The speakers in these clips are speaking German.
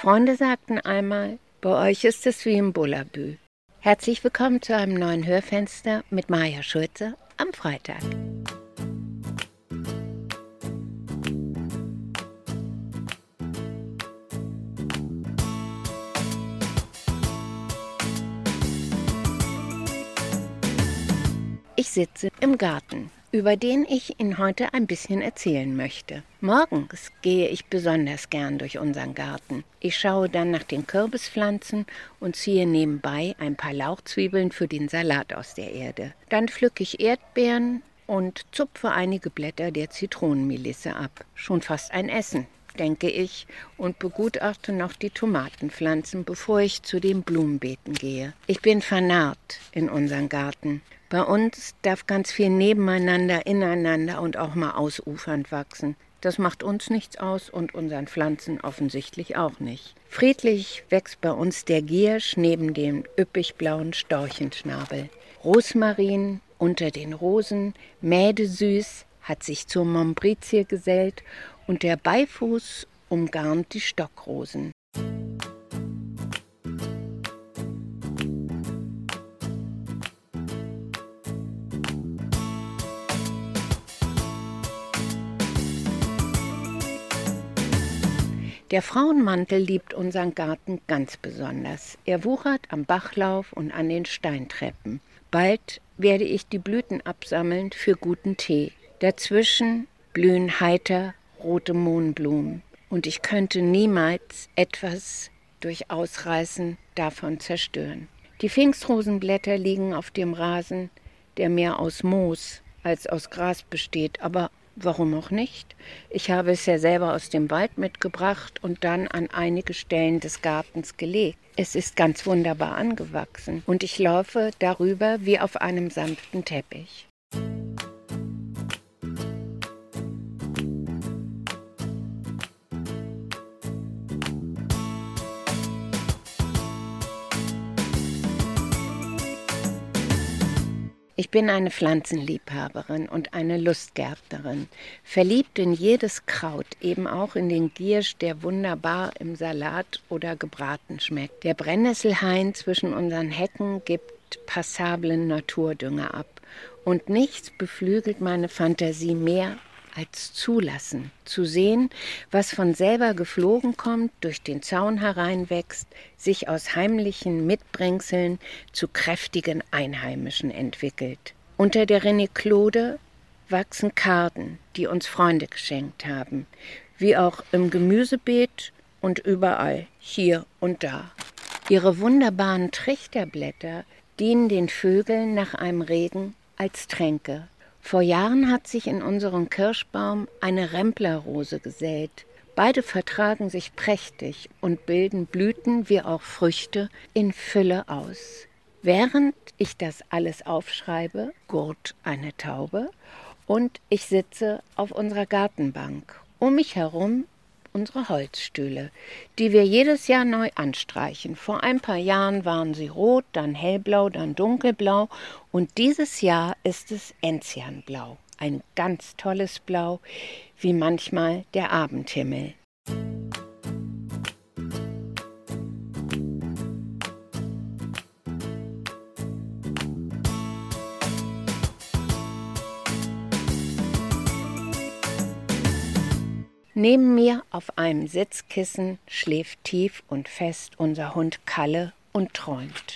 Freunde sagten einmal, bei euch ist es wie im Bullabü. Herzlich willkommen zu einem neuen Hörfenster mit Maja Schulze am Freitag. Ich sitze im Garten, über den ich Ihnen heute ein bisschen erzählen möchte. Morgens gehe ich besonders gern durch unseren Garten. Ich schaue dann nach den Kürbispflanzen und ziehe nebenbei ein paar Lauchzwiebeln für den Salat aus der Erde. Dann pflücke ich Erdbeeren und zupfe einige Blätter der Zitronenmelisse ab. Schon fast ein Essen, denke ich, und begutachte noch die Tomatenpflanzen, bevor ich zu den Blumenbeeten gehe. Ich bin vernarrt in unseren Garten. Bei uns darf ganz viel nebeneinander, ineinander und auch mal ausufernd wachsen. Das macht uns nichts aus und unseren Pflanzen offensichtlich auch nicht. Friedlich wächst bei uns der Giersch neben dem üppig blauen Storchenschnabel. Rosmarin unter den Rosen, Mädesüß hat sich zur Mombrizie gesellt und der Beifuß umgarnt die Stockrosen. Der Frauenmantel liebt unseren Garten ganz besonders. Er wuchert am Bachlauf und an den Steintreppen. Bald werde ich die Blüten absammeln für guten Tee. Dazwischen blühen heiter rote Mohnblumen. Und ich könnte niemals etwas durch Ausreißen davon zerstören. Die Pfingstrosenblätter liegen auf dem Rasen, der mehr aus Moos als aus Gras besteht, aber warum auch nicht? Ich habe es ja selber aus dem Wald mitgebracht und dann an einige Stellen des Gartens gelegt. Es ist ganz wunderbar angewachsen und ich laufe darüber wie auf einem sanften Teppich. Ich bin eine Pflanzenliebhaberin und eine Lustgärtnerin, verliebt in jedes Kraut, eben auch in den Giersch, der wunderbar im Salat oder gebraten schmeckt. Der Brennnesselhain zwischen unseren Hecken gibt passablen Naturdünger ab und nichts beflügelt meine Fantasie mehr als zulassen, zu sehen, was von selber geflogen kommt, durch den Zaun hereinwächst, sich aus heimlichen Mitbringseln zu kräftigen Einheimischen entwickelt. Unter der Reniklode wachsen Karden, die uns Freunde geschenkt haben, wie auch im Gemüsebeet und überall, hier und da. Ihre wunderbaren Trichterblätter dienen den Vögeln nach einem Regen als Tränke. Vor Jahren hat sich in unserem Kirschbaum eine Remplerrose gesät. Beide vertragen sich prächtig und bilden Blüten wie auch Früchte in Fülle aus. Während ich das alles aufschreibe, gurt eine Taube und ich sitze auf unserer Gartenbank. Um mich herum unsere Holzstühle, die wir jedes Jahr neu anstreichen. Vor ein paar Jahren waren sie rot, dann hellblau, dann dunkelblau und dieses Jahr ist es Enzianblau. Ein ganz tolles Blau, wie manchmal der Abendhimmel. Neben mir auf einem Sitzkissen schläft tief und fest unser Hund Kalle und träumt.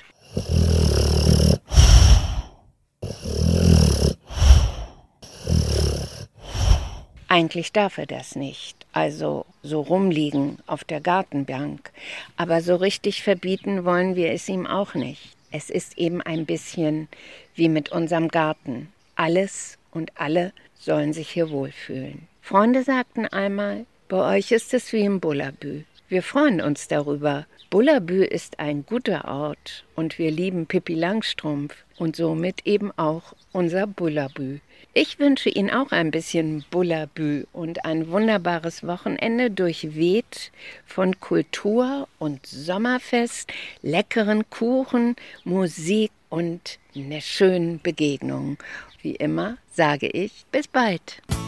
Eigentlich darf er das nicht, also so rumliegen auf der Gartenbank, aber so richtig verbieten wollen wir es ihm auch nicht. Es ist eben ein bisschen wie mit unserem Garten. Alles und alle sollen sich hier wohlfühlen. Freunde sagten einmal, bei euch ist es wie im Bullabü. Wir freuen uns darüber. Bullabü ist ein guter Ort und wir lieben Pippi Langstrumpf und somit eben auch unser Bullabü. Ich wünsche Ihnen auch ein bisschen Bullabü und ein wunderbares Wochenende durchweht von Kultur und Sommerfest, leckeren Kuchen, Musik und einer schönen Begegnung. Wie immer sage ich, bis bald.